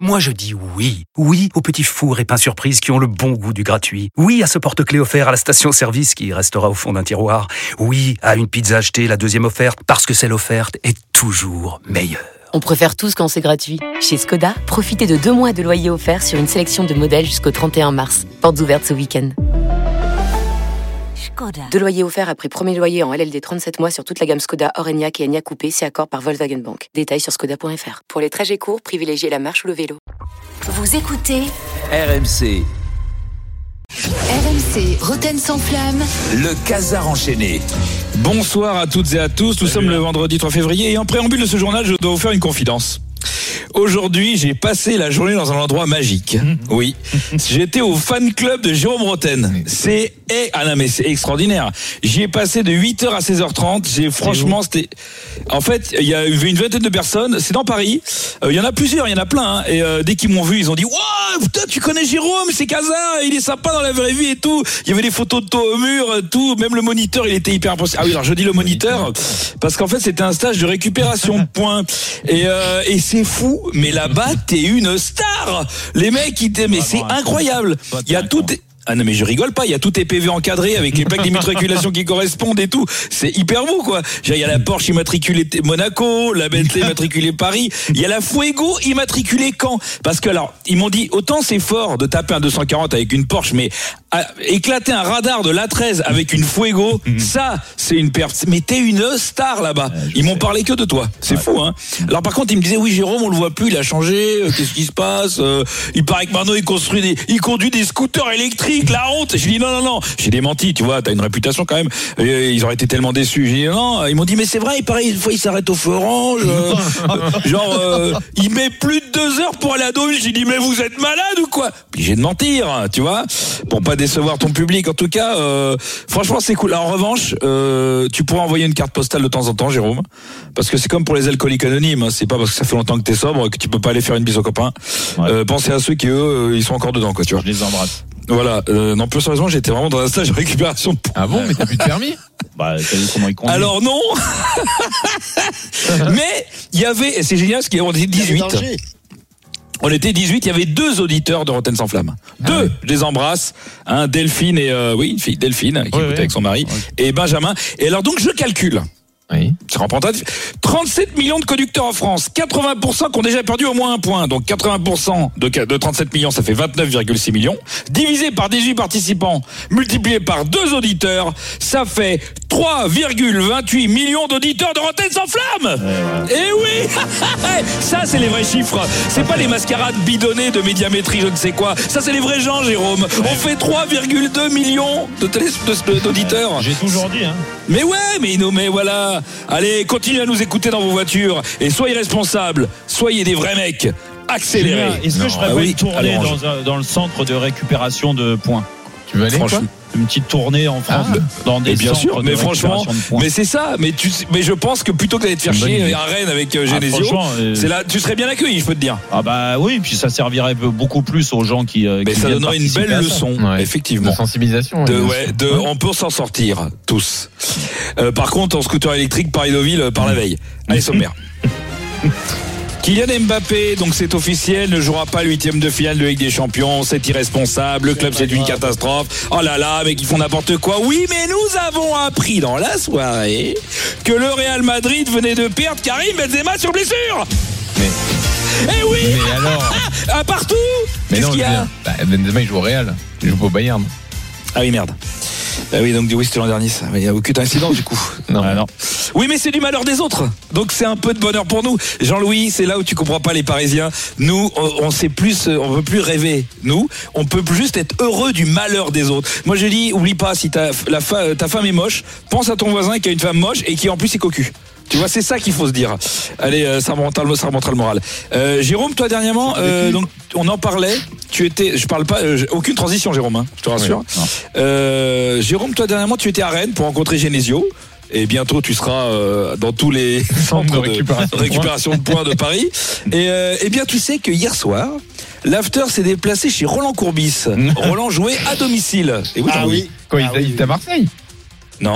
Moi je dis oui. Oui aux petits fours et pains surprises qui ont le bon goût du gratuit. Oui à ce porte-clés offert à la station-service qui restera au fond d'un tiroir. Oui à une pizza achetée, la deuxième offerte, parce que celle offerte est toujours meilleure. On préfère tous quand c'est gratuit. Chez Skoda, profitez de 2 mois de loyer offert sur une sélection de modèles jusqu'au 31 mars. Portes ouvertes ce week-end. 2 loyers offerts après premier loyer en LLD 37 mois sur toute la gamme Skoda, Orenia et Enyaq Coupé, si accord par Volkswagen Bank. Détails sur skoda.fr. Pour les trajets courts, privilégiez la marche ou le vélo. Vous écoutez RMC, Rotten sans flamme. le Casar enchaîné. Bonsoir à toutes et à tous, nous sommes le vendredi 3 février et en préambule de ce journal, je dois vous faire une confidence. Aujourd'hui, j'ai passé la journée dans un endroit magique. Oui, j'étais au fan club de Jérôme Rotten. C'est extraordinaire. J'y ai passé de 8h à 16h30. Franchement, c'était... En fait, il y avait une vingtaine de personnes. C'est dans Paris. Il y en a plusieurs, il y en a plein. Hein. Et dès qu'ils m'ont vu, ils ont dit « Wow, putain, tu connais Jérôme, c'est Casar, il est sympa dans la vraie vie et tout. » Il y avait des photos de toi au mur, tout. Même le moniteur, il était hyper impressionnant. Ah oui, alors je dis le moniteur parce qu'en fait, c'était un stage de récupération. Point. Et c'est fou, mais là-bas, t'es une star. Les mecs, mais c'est incroyable. Il y a tout... Ah non mais je rigole pas, il y a tout tes PV encadré avec les plaques d'immatriculation qui correspondent et tout. C'est hyper beau quoi. Il y a la Porsche immatriculée Monaco, la Bentley immatriculée Paris, il y a la Fuego immatriculée Caen. Parce que alors, ils m'ont dit autant c'est fort de taper un 240 avec une Porsche, mais éclater un radar de l'A13 avec une Fuego, ça c'est une perte. Mais t'es une star là-bas. Ils m'ont parlé que de toi. C'est fou hein. Alors par contre, ils me disaient oui Jérôme, on le voit plus, il a changé, qu'est-ce qui se passe il paraît que maintenant il conduit des scooters électriques. La honte. J'ai dit non. J'ai démenti, tu vois, t'as une réputation quand même. Ils auraient été tellement déçus. J'ai dit non. Ils m'ont dit mais c'est vrai, il paraît une fois il s'arrête au feu orange. Il met plus de 2 heures pour aller à Deauville. J'ai dit mais vous êtes malade ou quoi? Obligé de mentir, tu vois, pour pas décevoir ton public. En tout cas, franchement c'est cool. Alors, en revanche, tu pourras envoyer une carte postale de temps en temps, Jérôme, parce que c'est comme pour les alcooliques anonymes. Hein. C'est pas parce que ça fait longtemps que t'es sobre que tu peux pas aller faire une bise aux copains. Pensez à ceux qui eux, ils sont encore dedans, quoi, tu vois. Je les embrasse. Voilà, non plus sérieusement, j'étais vraiment dans un stage de récupération de points. Ah bon, mais t'as plus de permis? Bah, t'as vu comment il conduit? Alors non. Mais il y avait, c'est génial, parce qu'on était 18. On était 18, il y avait 2 auditeurs de Rotten sans flamme. 2, je les embrasse, hein, Delphine et une fille, Delphine, qui écoutait avec son mari, et Benjamin. Et alors donc je calcule. Oui. C'est représentatif. 37 millions de conducteurs en France, 80% qui ont déjà perdu au moins un point. Donc 80% de 37 millions, ça fait 29,6 millions. Divisé par 18 participants, multiplié par 2 auditeurs, ça fait 3,28 millions d'auditeurs de Rotten sans flamme. Eh oui. Ça c'est les vrais chiffres. C'est pas les mascarades bidonnées de médiamétrie, je ne sais quoi. Ça c'est les vrais gens, Jérôme. On fait 3,2 millions d'auditeurs. J'ai toujours dit, hein. Mais ouais, mais voilà. Allez, continuez à nous écouter dans vos voitures et soyez responsables, soyez des vrais mecs. Accélérez. Est-ce que je ferais pas une tournée dans le centre de récupération de points? Tu veux aller quoi? Une petite tournée en France dans des bien centres sûr, mais de franchement, récupération de points. mais c'est ça. Mais je pense que plutôt que d'aller te faire chier à Rennes avec Genesio, c'est là, tu serais bien accueilli, je peux te dire. Ah bah oui, puis ça servirait beaucoup plus aux gens qui. Mais ça donnerait une belle leçon, effectivement, de sensibilisation. On peut s'en sortir tous. Par contre, en scooter électrique, Paris-Deauville par la veille. Allez, sommaire. Kylian Mbappé, donc c'est officiel, ne jouera pas le 8e de finale de Ligue des Champions, c'est irresponsable, le club c'est une catastrophe. Oh là là, mais qu'ils font n'importe quoi. Oui, mais nous avons appris dans la soirée que le Real Madrid venait de perdre Karim Benzema sur blessure. Eh oui. Mais alors partout. Mais qu'est-ce non, qu'il y a? Benzema il joue au Real, il joue pas au Bayern. Ah oui, merde. Ah oui, donc oui, c'était l'an dernier ça. Il n'y a aucun incident du coup. Non. Oui, mais c'est du malheur des autres. Donc c'est un peu de bonheur pour nous. Jean-Louis, c'est là où tu comprends pas les Parisiens. Nous, on sait plus, on veut plus rêver. Nous, on peut juste être heureux du malheur des autres. Moi, je dis, oublie pas, si ta femme est moche, pense à ton voisin qui a une femme moche et qui en plus est cocu. Tu vois, c'est ça qu'il faut se dire. Allez, ça remontera le moral. Jérôme, toi dernièrement, donc on en parlait. Tu étais, je parle pas, aucune transition, Jérôme. Hein, je te rassure. Jérôme, toi dernièrement, tu étais à Rennes pour rencontrer Genesio. Et bientôt, tu seras dans tous les centres de récupération de points de Paris. Et bien, tu sais que hier soir, l'after s'est déplacé chez Roland Courbis. Roland jouait à domicile. Et oui, Quoi, il était à Marseille? Non.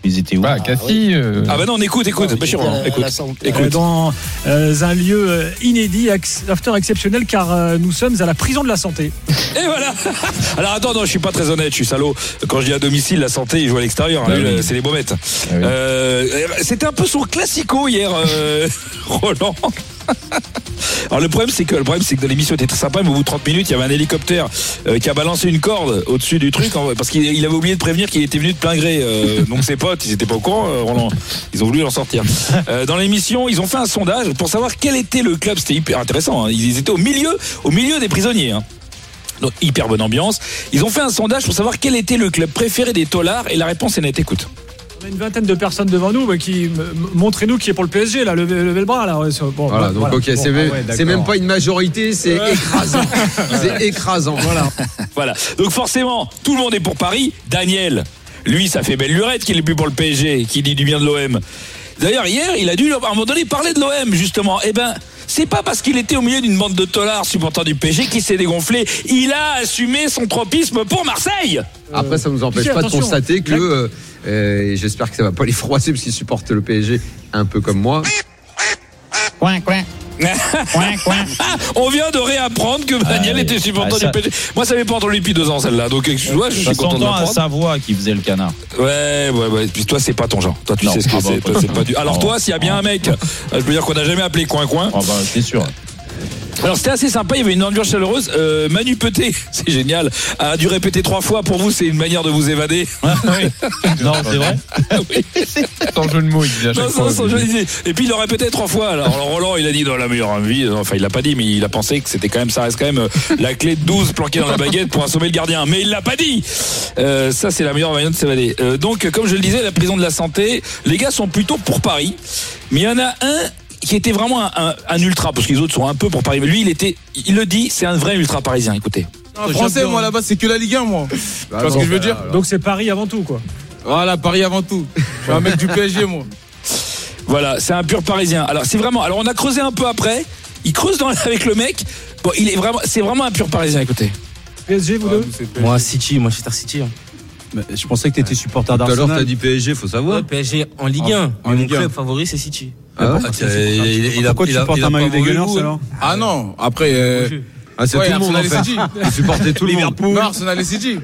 Ils étaient où? Cassis. Ah bah non, on écoute, Bachir Roland, écoute. Dans un lieu inédit, after exceptionnel, car nous sommes à la prison de la santé. Et voilà. Alors attends, non, je suis pas très honnête, je suis salaud. Quand je dis à domicile, la santé, il joue à l'extérieur. C'est les Baumettes. C'était un peu son classico hier, Roland. Alors le problème c'est que dans l'émission était très sympa, mais au bout de 30 minutes il y avait un hélicoptère qui a balancé une corde au-dessus du truc parce qu'il avait oublié de prévenir qu'il était venu de plein gré, donc ses potes ils étaient pas au courant, Roland, ils ont voulu l'en sortir. Dans l'émission ils ont fait un sondage pour savoir quel était le club, c'était hyper intéressant, hein. Ils étaient au milieu des prisonniers, hein. Donc hyper bonne ambiance. Ils ont fait un sondage pour savoir quel était le club préféré des taulards et la réponse est nette, écoute. On a une vingtaine de personnes devant nous qui montrez-nous qui est pour le PSG là, levez le bras là. Bon, voilà, donc voilà. Ok, c'est même pas une majorité, c'est écrasant. C'est écrasant. Voilà. Donc forcément, tout le monde est pour Paris. Daniel, lui, ça fait belle lurette qu'il est plus pour le PSG, qui dit du bien de l'OM. D'ailleurs, hier, il a dû à un moment donné parler de l'OM justement. Eh ben, c'est pas parce qu'il était au milieu d'une bande de tolards supporters du PSG qu'il s'est dégonflé. Il a assumé son tropisme pour Marseille. Après, ça nous empêche pas de constater que et j'espère que ça va pas les froisser parce qu'ils supportent le PSG un peu comme moi. On vient de réapprendre que Daniel était supporter du PSG. Moi, ça m'est pas entendu depuis 2 ans celle-là. Donc, je suis content de l'apprendre. À sa voix qui faisait le canard. Ouais. Puis toi, c'est pas ton genre. Toi, tu sais ce que c'est. Toi, c'est pas du. Alors toi, s'il y a bien un mec, je peux dire qu'on n'a jamais appelé coin. C'est sûr. Alors c'était assez sympa, il y avait une ambiance chaleureuse. Manu Peté, c'est génial, a dû répéter 3 fois. Pour vous, c'est une manière de vous évader. Non, c'est vrai. Oui. Sans jeu de mots, il dit à chaque fois. Sans jeu de mots. Et puis il le répétait 3 fois. Alors Roland, il a dit dans la meilleure envie. Enfin, il l'a pas dit, mais il a pensé que c'était quand même, ça reste quand même la clé de 12 planquée dans la baguette pour assommer le gardien. Mais il l'a pas dit. Ça, c'est la meilleure manière de s'évader. Donc, comme je le disais, la prison de la santé, les gars sont plutôt pour Paris. Mais il y en a un qui était vraiment un ultra, parce que les autres sont un peu pour Paris. Mais lui, il le dit, c'est un vrai ultra parisien, écoutez. Français, moi là-bas, c'est que la Ligue 1, moi. Tu vois ce que je veux dire ? Donc c'est Paris avant tout, quoi. Voilà, Paris avant tout. Je suis un mec du PSG, moi. Voilà, c'est un pur parisien. Alors, c'est vraiment. Alors, on a creusé un peu après. Il creuse avec le mec. Bon, c'est vraiment un pur parisien, écoutez. PSG, vous deux ? Moi, City, Manchester City. Je pensais que tu étais supporter d'Arsenal. Tout à l'heure, tu as dit PSG, faut savoir. Ouais, PSG en Ligue 1. Mais mon club favori, c'est City. Pourquoi tu portes un maillot des Gunners alors ? Ah non, après. C'est tout le monde en fait. Vous supportez tout le monde. Non, Arsenal et City.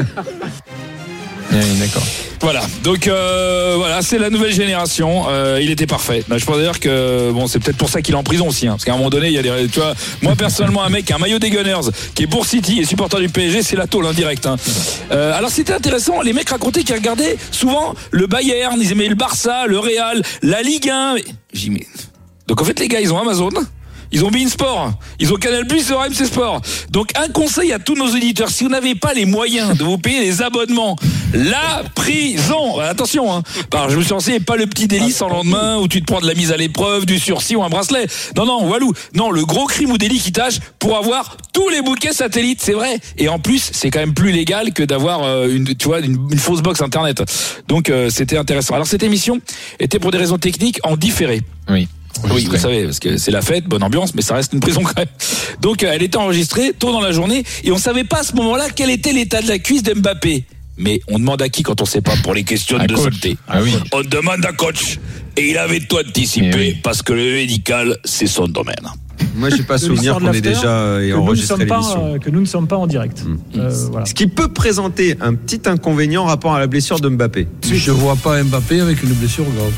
D'accord. Voilà, donc voilà, c'est la nouvelle génération. Il était parfait. Je pense d'ailleurs que c'est peut-être pour ça qu'il est en prison aussi, hein, parce qu'à un moment donné, il y a des, tu vois, moi personnellement, un mec, un maillot des Gunners qui est pour City et supporter du PSG, c'est la tôle indirect. Hein. Alors c'était intéressant. Les mecs racontaient qu'ils regardaient souvent le Bayern, ils aimaient le Barça, le Real, la Ligue 1. J'ai dit, mais... Donc en fait, les gars, ils ont Amazon. Ils ont beIN Sport, ils ont Canal+, ils ont RMC Sport. Donc un conseil à tous nos auditeurs, si vous n'avez pas les moyens de vous payer les abonnements, la prison, attention, hein. Alors, je me suis renseigné, pas le petit délit sans lendemain où tu te prends de la mise à l'épreuve, du sursis ou un bracelet. Non, walou. Non, le gros crime ou délit qui tâche pour avoir tous les bouquets satellites, c'est vrai. Et en plus, c'est quand même plus légal que d'avoir une fausse box internet. Donc c'était intéressant. Alors cette émission était pour des raisons techniques en différé. Oui, vous savez, parce que c'est la fête, bonne ambiance, mais ça reste une prison quand même. Donc elle était enregistrée tôt dans la journée et on savait pas à ce moment-là quel était l'état de la cuisse d'Mbappé. Mais on demande à qui quand on sait pas pour les questions de santé. On demande à coach. Et il avait tout anticipé parce que le médical, c'est son domaine. Moi, j'ai pas souvenir qu'on est déjà enregistré l'émission. Que nous ne sommes pas en direct. Voilà. Ce qui peut présenter un petit inconvénient en rapport à la blessure de Mbappé. Je vois pas Mbappé avec une blessure grave.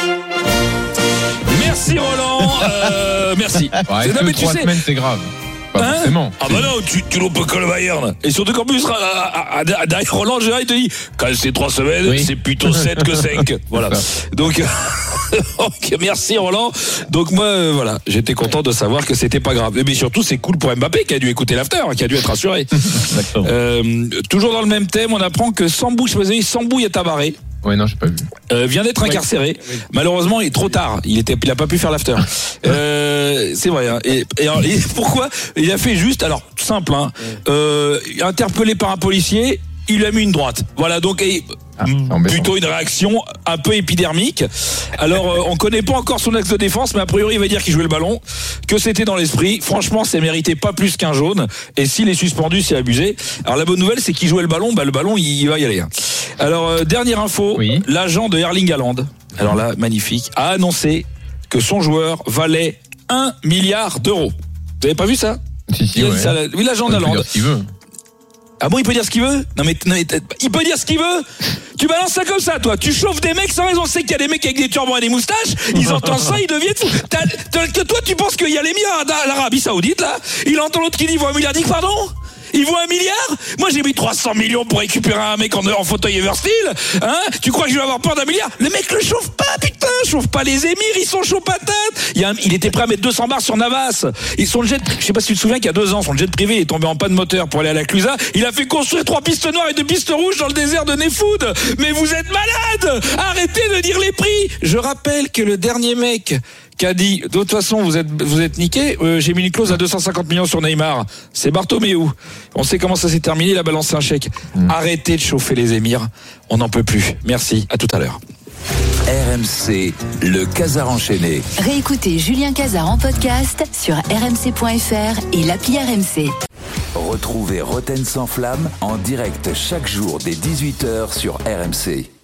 Merci Roland, merci. Ouais, non, mais 3 semaines, c'est grave. Pas forcément. Ah bah non, tu loupes que le Bayern. Et surtout qu'en plus, derrière Roland, Gérard, il te dit, quand c'est 3 semaines, c'est plutôt 7 que 5. Voilà. Donc, merci Roland. Donc moi, voilà, j'étais content de savoir que c'était pas grave. Mais surtout, c'est cool pour Mbappé qui a dû écouter l'after, qui a dû être rassuré. Toujours dans le même thème, on apprend que Sambou est tabaré. Ouais, non, j'ai pas vu. Vient d'être incarcéré. Malheureusement, il est trop tard. Il a pas pu faire l'after. C'est vrai. Hein. Et pourquoi ? Il a fait juste, alors simple, hein. Interpellé par un policier, il lui a mis une droite. Voilà. Donc Plutôt une réaction un peu épidermique. Alors, on connaît pas encore son axe de défense, mais a priori, il va dire qu'il jouait le ballon, que c'était dans l'esprit. Franchement, ça méritait pas plus qu'un jaune. Et s'il est suspendu, c'est abusé. Alors, la bonne nouvelle, c'est qu'il jouait le ballon. Le ballon, il va y aller. Alors, dernière info, l'agent de Erling Haaland, alors là, magnifique, a annoncé que son joueur valait 1 milliard d'euros. Vous avez pas vu ça? Si, oui, l'agent d'Haaland. Il peut dire ce qu'il veut. Ah bon, il peut dire ce qu'il veut? Non mais il peut dire ce qu'il veut? Tu balances ça comme ça, toi. Tu chauffes des mecs sans raison. On sait qu'il y a des mecs avec des turbans et des moustaches. Ils entendent ça, ils deviennent fous. Que toi, tu penses qu'il y a les milliards à l'Arabie Saoudite, là. Il entend l'autre qui dit, il voit 1 milliard. Pardon? Il vaut 1 milliard? Moi, j'ai mis 300 millions pour récupérer un mec en fauteuil Eversteel. Hein? Tu crois que je vais avoir peur d'1 milliard? Le mec le chauffe pas, putain. Chauffe pas les émirs, ils sont chauds patates. Il était prêt à mettre 200 bars sur Navas. Son jet, je sais pas si tu te souviens qu'il y a 2 ans, son jet privé est tombé en panne moteur pour aller à la Clusa. Il a fait construire 3 pistes noires et 2 pistes rouges dans le désert de Nefoud. Mais vous êtes malades! Arrêtez de dire les prix! Je rappelle que le dernier mec qui a dit, de toute façon, vous êtes niqués, j'ai mis une clause à 250 millions sur Neymar. C'est Bartomeu. On sait comment ça s'est terminé, il a balancé un chèque. Arrêtez de chauffer les émirs. On n'en peut plus. Merci. À tout à l'heure. RMC, le Casar enchaîné. Réécoutez Julien Casar en podcast sur rmc.fr et l'appli RMC. Retrouvez Roten sans flamme en direct chaque jour dès 18h sur RMC.